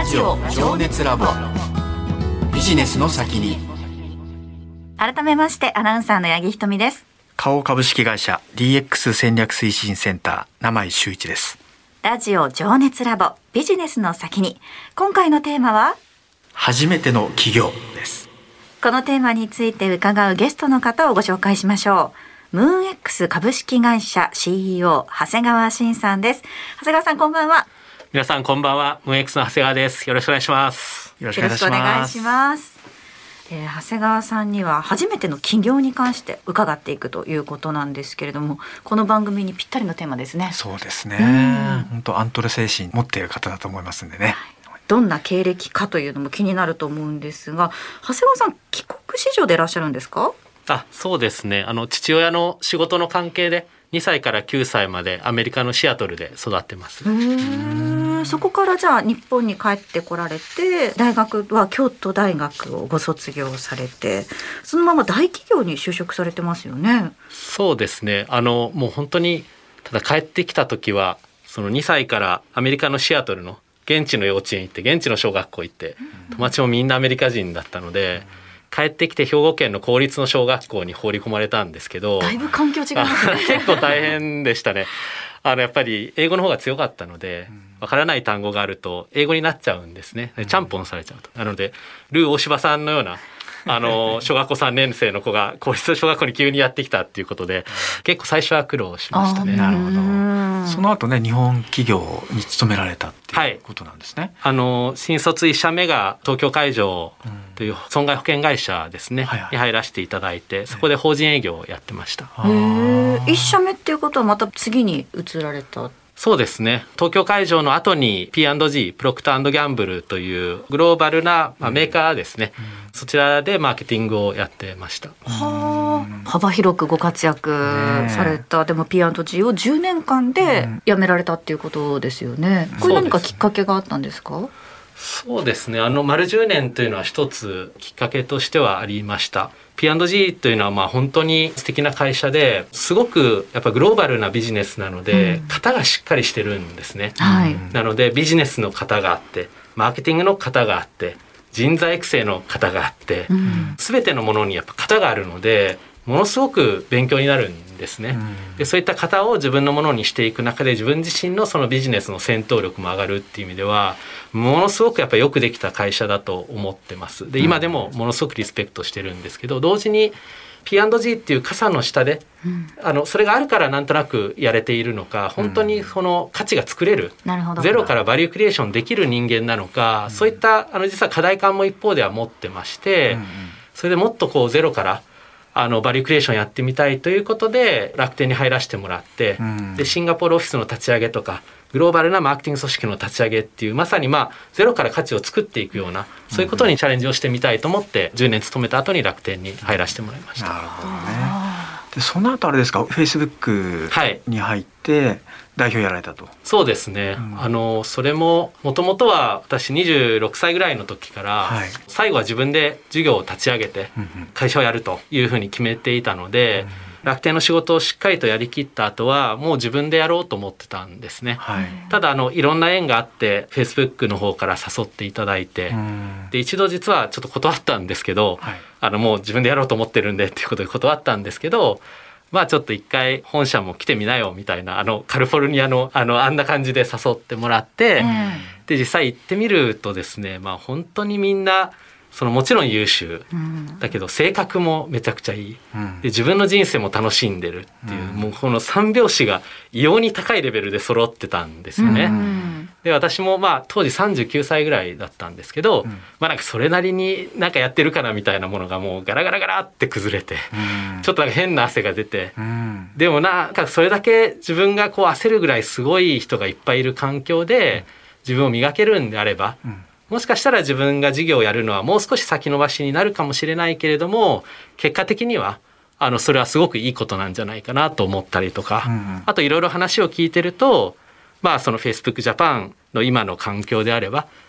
ジオ情熱ラボ、ビジネスの先に。 改めましてアナウンサーの八木ひとみです。 花王株式会社 DX 戦略推進センター名井修一です。 ラジオ情熱ラボ、ビジネスの先に。今回のテーマは初めての企業です。 このテーマについて伺うゲストの方をご紹介しましょう。ムーン X 株式会社 CEO 長谷川慎さんです。長谷川さん、こんばんは。 皆さんこんばんは。ムーン X の長谷川です。よろしくお願いします。 よろしくお願いします。 長谷川さんには初めての起業に関して伺っていくということなんですけれども、この番組にぴったりのテーマですね。 そうですね。本当アントレ精神持っている方だと思いますんでね、 どんな経歴かというのも気になると思うんですが、長谷川さん、帰国子女でいらっしゃるんですか？ そうですね。父親の仕事の関係で2歳から9歳までアメリカのシアトルで育ってます。 そこからじゃあ日本に帰ってこられて、大学は京都大学をご卒業されて、そのまま大企業に就職されてますよね。 そうですね。もう本当にただ帰ってきた時はその2歳からアメリカのシアトルの現地の幼稚園行って現地の小学校行って、友達もみんなアメリカ人だったので、帰ってきて兵庫県の公立の小学校に放り込まれたんですけど、 だいぶ環境違いますね。 結構大変でしたね。やっぱり英語の方が強かったので、わからない単語があると英語になっちゃうんですね。ちゃんぽんされちゃうと。なのでルー大柴さんのような小学校3年生の子が公立の小学校に急にやってきたっていうことで、結構最初は苦労しましたね。 なるほど。その後ね、日本企業に勤められたっていうことなんですね。 新卒1社目が東京海上という損害保険会社ですね、に入らせていただいて、そこで法人営業をやってました。 1社目っていうことはまた次に移られた？ そうですね。東京海上の後に P&G プロクター&ギャンブルというグローバルなメーカーですね、そちらでマーケティングをやってました。 幅広くご活躍された。でも P&G を10年間で辞められたっていうことですよね。これ何かきっかけがあったんですか？ そうですね。丸10年というのは一つきっかけとしてはありました。P&G というのは本当に素敵な会社で、すごくやっぱグローバルなビジネスなので、型がしっかりしてるんですね。なのでビジネスの型があって、マーケティングの型があって、人材育成の型があって、全てのものにやっぱ型があるので、ものすごく勉強になるんですね。でそういった型を自分のものにしていく中で、自分自身のそのビジネスの戦闘力も上がるっていう意味では、ものすごくやっぱよくできた会社だと思ってます。で今でもものすごくリスペクトしてるんですけど、同時に P&G っていう傘の下で、それがあるからなんとなくやれているのか、本当にその価値が作れる、ゼロからバリュークリエーションできる人間なのか、そういった実は課題感も一方では持ってまして、それでもっとこうゼロからバリュークリエーションやってみたいということで楽天に入らせてもらって、でシンガポールオフィスの立ち上げとかグローバルなマーケティング組織の立ち上げっていう、まさにゼロから価値を作っていくような、そういうことにチャレンジをしてみたいと思って10年勤めた後に楽天に入らせてもらいました。 なるほどね。でその後あれですか、Facebook に入って代表やられたと。 そうですね、それももともとは私26歳ぐらいの時から、最後は自分で事業を立ち上げて会社をやるというふうに決めていたので、楽天の仕事をしっかりとやりきった後はもう自分でやろうと思ってたんですね。ただいろんな縁があって Facebook の方から誘っていただいて、で一度実はちょっと断ったんですけど、もう自分でやろうと思ってるんでっていうことで断ったんですけど、ちょっと一回本社も来てみなよみたいな、カリフォルニアのあんな感じで誘ってもらって、で実際行ってみるとですね、本当にみんなもちろん優秀だけど性格もめちゃくちゃいい、で自分の人生も楽しんでるっていう、もうこの3拍子が異様に高いレベルで揃ってたんですよね。で私も当時39歳ぐらいだったんですけど、なんかそれなりになんかやってるかなみたいなものがもうガラガラガラって崩れて、ちょっとなんか変な汗が出て、でもなんかそれだけ自分がこう焦るぐらいすごい人がいっぱいいる環境で自分を磨けるんであれば、もしかしたら自分が事業をやるのはもう少し先延ばしになるかもしれないけれども、結果的にはそれはすごくいいことなんじゃないかなと思ったりとか、あといろいろ話を聞いてると、その Facebook ジャパンの今の環境であれば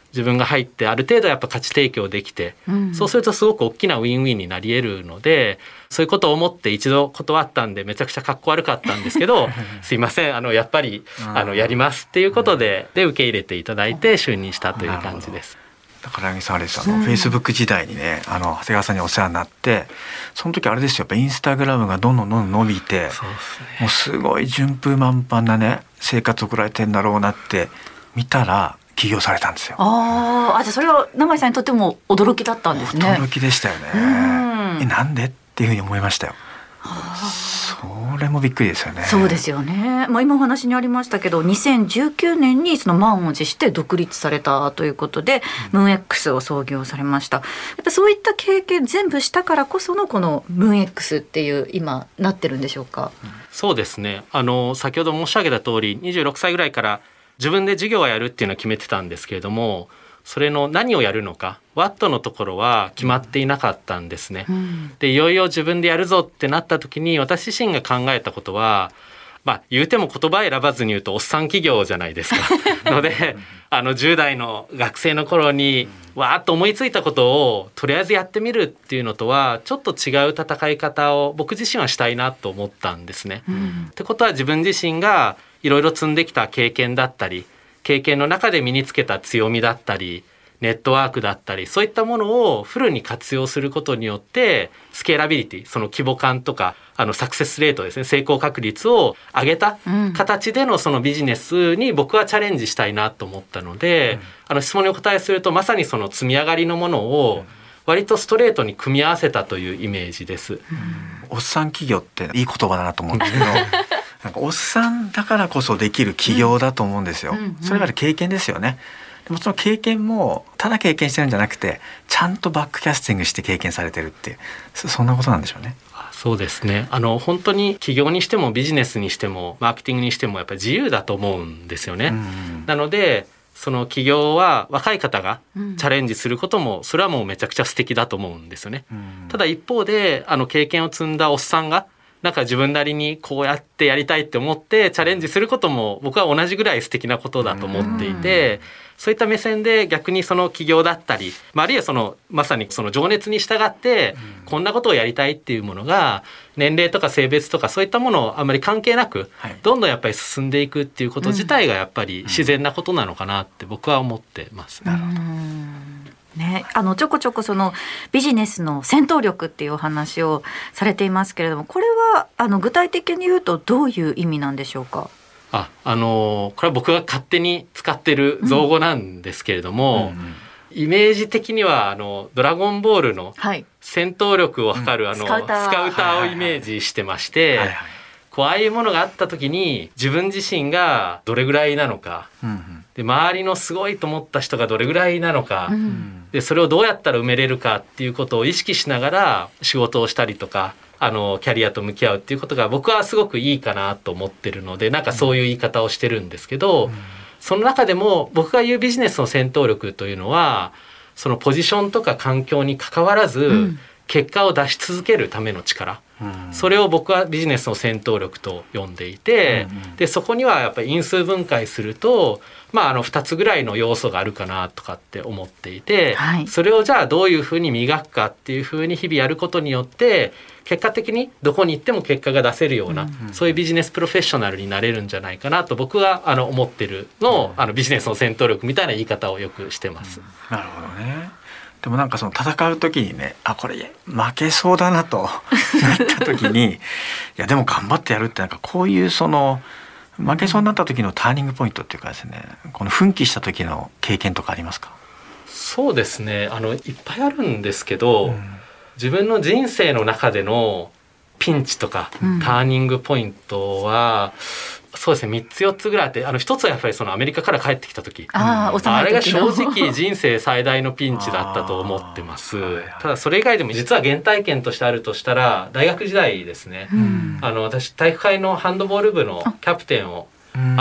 自分が入ってある程度やっぱ価値提供できて、そうするとすごく大きなウィンウィンになり得るので、そういうことを思って一度断ったんでめちゃくちゃかっこ悪かったんですけどすいませんやっぱりやりますっていうことで受け入れていただいて就任したという感じです。 高柳さんあれですフェイスブック時代にね長谷川さんにお世話になって、その時あれですよ、やっぱインスタグラムがどんどん伸びて、もうすごい順風満帆なね生活を送られてんだろうなって見たら起業されたんですよ。 じゃあそれは永井さんにとっても驚きだったんですね。 驚きでしたよね。なんでっていうふうに思いましたよ。それもびっくりですよね。 そうですよね。今お話にありましたけど2019年にその満を持して独立されたということで、ムーン X を創業されました。やっぱそういった経験全部したからこそのこのムーン X っていう今なってるんでしょうか。 そうですね、先ほど申し上げた通り26歳ぐらいから自分で事業をやるっていうのは決めてたんですけれども、それの何をやるのか What のところは決まっていなかったんですね。でいよいよ自分でやるぞってなった時に私自身が考えたことは、言うても言葉選ばずに言うとおっさん企業じゃないですかので10代の学生の頃にわーっと思いついたことをとりあえずやってみるっていうのとはちょっと違う戦い方を僕自身はしたいなと思ったんですね。ってことは自分自身がいろいろ積んできた経験だったり、経験の中で身につけた強みだったり、ネットワークだったり、そういったものをフルに活用することによってスケーラビリティ、その規模感とかサクセスレートですね、成功確率を上げた形でのそのビジネスに僕はチャレンジしたいなと思ったので、質問にお答えするとまさにその積み上がりのものを割とストレートに組み合わせたというイメージです。 おっさん企業っていい言葉だなと思うんですけどなんかおっさんだからこそできる起業だと思うんですよ。それまで経験ですよね。でもその経験もただ経験してるんじゃなくてちゃんとバックキャスティングして経験されてるっていう、そんなことなんでしょうね。 そうですね、本当に起業にしてもビジネスにしてもマーケティングにしてもやっぱり自由だと思うんですよね。なのでその起業は若い方がチャレンジすることもそれはもうめちゃくちゃ素敵だと思うんですよね。ただ一方で経験を積んだおっさんがなんか自分なりにこうやってやりたいって思ってチャレンジすることも僕は同じぐらい素敵なことだと思っていて、そういった目線で逆にその起業だったり、あるいはそのまさにその情熱に従ってこんなことをやりたいっていうものが年齢とか性別とかそういったものをあまり関係なくどんどんやっぱり進んでいくっていうこと自体がやっぱり自然なことなのかなって僕は思ってます。 なるほどね、ちょこちょこそのビジネスの戦闘力っていうお話をされていますけれども、これは具体的に言うとどういう意味なんでしょうか。 これは僕が勝手に使ってる造語なんですけれども、イメージ的にはドラゴンボールの戦闘力を測るスカウターをイメージしてまして、こうああいうものがあった時に自分自身がどれぐらいなのか、で周りのすごいと思った人がどれぐらいなのか、でそれをどうやったら埋めれるかっていうことを意識しながら仕事をしたりとかキャリアと向き合うっていうことが僕はすごくいいかなと思ってるので、なんかそういう言い方をしてるんですけど、その中でも僕が言うビジネスの戦闘力というのはそのポジションとか環境に関わらず結果を出し続けるための力、それを僕はビジネスの戦闘力と呼んでいて、でそこにはやっぱり因数分解すると2つぐらいの要素があるかなとかって思っていて、それをじゃあどういうふうに磨くかっていうふうに日々やることによって結果的にどこに行っても結果が出せるような、そういうビジネスプロフェッショナルになれるんじゃないかなと僕は思ってるのをビジネスの戦闘力みたいな言い方をよくしてます。 なるほどね。でもなんかその戦う時にね、これ負けそうだなとなった時にいやでも頑張ってやるってなんかこういうその負けそうになった時のターニングポイントっていうかですね、この奮起した時の経験とかありますか？ そうですね、いっぱいあるんですけど、自分の人生の中でのピンチとかターニングポイントは、そうですね3つ4つぐらいあって、一つはやっぱりそのアメリカから帰ってきた時、あれが正直人生最大のピンチだったと思ってます。ただそれ以外でも実は原体験としてあるとしたら大学時代ですね、私体育会のハンドボール部のキャプテンを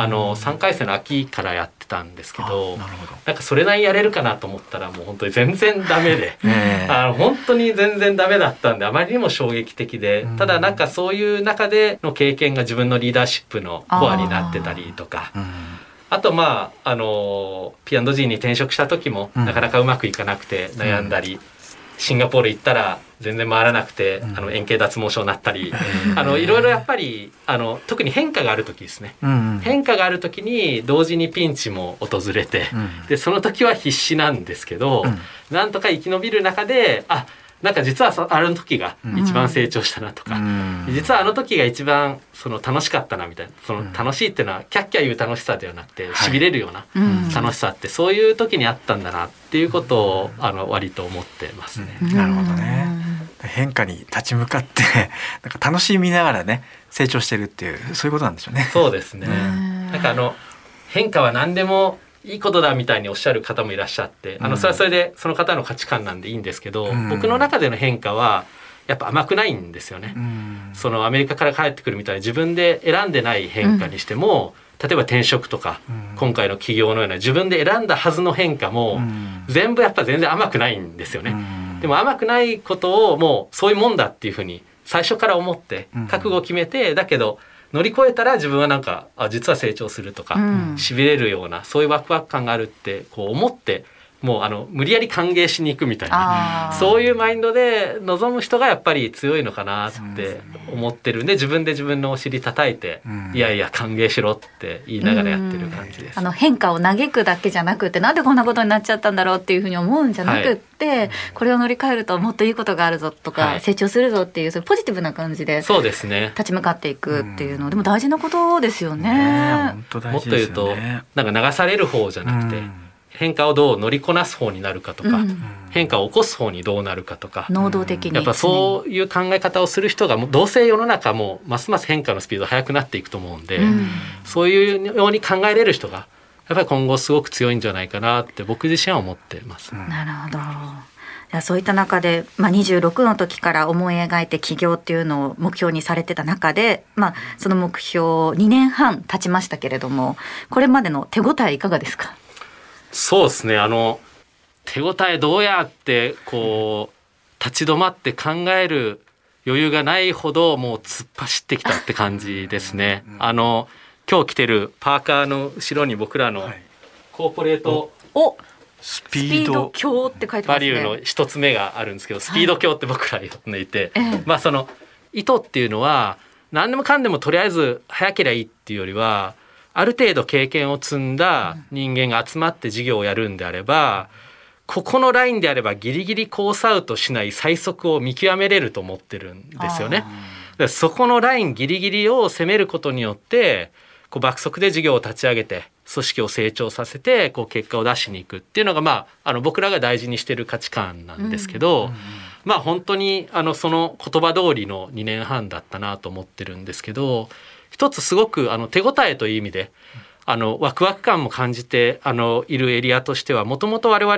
3回生の秋からやってたんですけど、なんかそれなりにやれるかなと思ったらもう本当に全然ダメで本当に全然ダメだったんで、あまりにも衝撃的で、ただなんかそういう中での経験が自分のリーダーシップのコアになってたりとか、 あとP&G に転職した時もなかなかうまくいかなくて悩んだり、シンガポール行ったら全然回らなくて円形脱毛症になったりいろいろやっぱり特に変化がある時ですね、変化がある時に同時にピンチも訪れて、でその時は必死なんですけど、なんとか生き延びる中でなんか実はあの時が一番成長したなとか、実はあの時が一番楽しかったなみたいな、その楽しいっていうのはキャッキャ言う楽しさではなくて痺れるような楽しさってそういう時にあったんだなっていうことを割と思ってますね。 なるほどね。変化に立ち向かってなんか楽しみながらね成長してるっていうそういうことなんでしょうね。 そうですね。なんか変化は何でもいいことだみたいにおっしゃる方もいらっしゃって、それはそれでその方の価値観なんでいいんですけど、僕の中での変化はやっぱ甘くないんですよね。そのアメリカから帰ってくるみたいに自分で選んでない変化にしても、例えば転職とか、今回の起業のような自分で選んだはずの変化も、全部やっぱ全然甘くないんですよね。でも甘くないことをもうそういうもんだっていうふうに最初から思って覚悟を決めて、だけど乗り越えたら自分はなんか実は成長するとか、しびれるようなそういうワクワク感があるってこう思ってもう無理やり歓迎しに行くみたいなそういうマインドで臨む人がやっぱり強いのかなって思ってるんで、自分で自分のお尻叩いて、いやいや歓迎しろって言いながらやってる感じです。 変化を嘆くだけじゃなくて、なんでこんなことになっちゃったんだろうっていうふうに思うんじゃなくって、これを乗り換えるともっといいことがあるぞとか、成長するぞっていうそういうポジティブな感じでそうですね立ち向かっていくっていうのでも大事なことですよね。 本当大もっと事ですよね。 言うとなんか流される方じゃなくて、変化をどう乗りこなす方になるかとか、変化を起こす方にどうなるかとか、 能動的にやっぱそういう考え方をする人がどうせ世の中もますます変化のスピード速くなっていくと思うんで、そういうように考えれる人がやっぱり今後すごく強いんじゃないかなって僕自身は思ってます。 なるほど。じゃあそういった中で、26の時から思い描いて起業っていうのを目標にされてた中で、その目標2年半経ちましたけれども、これまでの手応えいかがですか？ そうですね、手応えどうやってこう立ち止まって考える余裕がないほどもう突っ走ってきたって感じですね。今日着てるパーカーの後ろに僕らのコーポレートスピード強って書いてますね。 バリューの一つ目があるんですけど、スピード強って僕ら呼んでいて、その意図っていうのは何でもかんでもとりあえず早ければいいっていうよりは、ある程度経験を積んだ人間が集まって事業をやるんであれば、ここのラインであればギリギリコースアウトしない最速を見極めれると思ってるんですよね。でそこのラインギリギリを攻めることによって爆速で事業を立ち上げて組織を成長させて結果を出しに行くっていうのが、僕らが大事にしてる価値観なんですけど、本当にその言葉通りの2年半だったなと思ってるんですけど、一つすごく手応えという意味でワクワク感も感じているエリアとしては、もともと我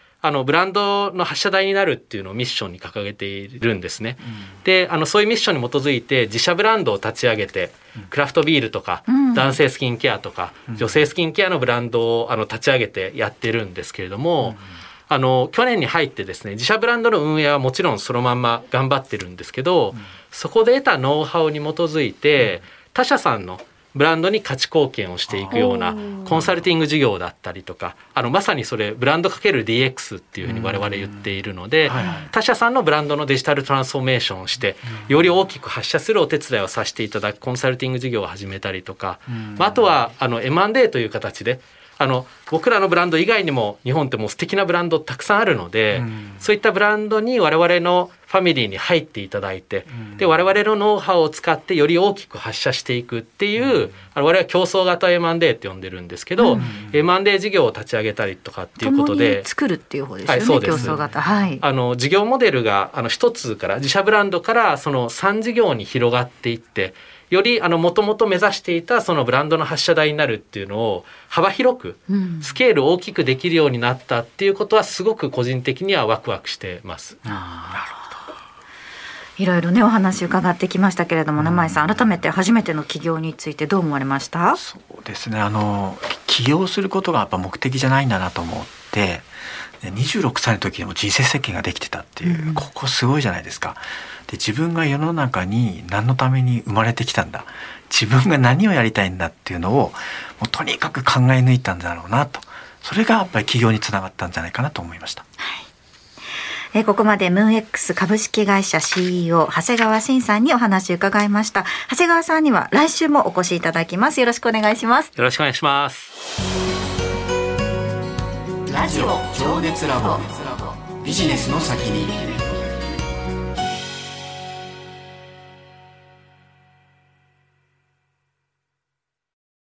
々ブランドの発射台になるっていうのをミッションに掲げているんですね。でそういうミッションに基づいて自社ブランドを立ち上げて、クラフトビールとか、男性スキンケアとか、女性スキンケアのブランドを立ち上げてやってるんですけれども、去年に入ってですね、自社ブランドの運営はもちろんそのまんま頑張ってるんですけど、そこで得たノウハウに基づいて他社さんのブランドに価値貢献をしていくようなコンサルティング事業だったりとか、まさにそれブランド×DX っていうふうに我々言っているので、他社さんのブランドのデジタルトランスフォーメーションをしてより大きく発射するお手伝いをさせていただくコンサルティング事業を始めたりとか、あとはM&A という形で僕らのブランド以外にも日本ってもう素敵なブランドたくさんあるので、そういったブランドに我々のファミリーに入っていただいて、で我々のノウハウを使ってより大きく発射していくっていう、我々は競争型 M&A って呼んでるんですけど、M&A 事業を立ち上げたりとかっていうことで共に作るっていう方ですよね。 そうです。 競争型、 事業モデルが一つから自社ブランドからその3事業に広がっていって、よりもともと目指していたそのブランドの発射台になるっていうのを幅広くスケール大きくできるようになったっていうことはすごく個人的にはワクワクしてます。 なるほど。 いろいろねお話伺ってきましたけれども、名前さん改めて初めての起業についてどう思われました？ そうですね、起業することがやっぱ目的じゃないんだなと思っってで26歳の時にも人生設計ができてたっていう、ここすごいじゃないですか。で自分が世の中に何のために生まれてきたんだ、自分が何をやりたいんだっていうのをもうとにかく考え抜いたんだろうなと、それがやっぱり起業につながったんじゃないかなと思いました。 ここまでムーン X 株式会社 CEO 長谷川慎さんにお話を伺いました。長谷川さんには来週もお越しいただきます。よろしくお願いします。 よろしくお願いします。 ラジオ情熱ラボ、ビジネスの先に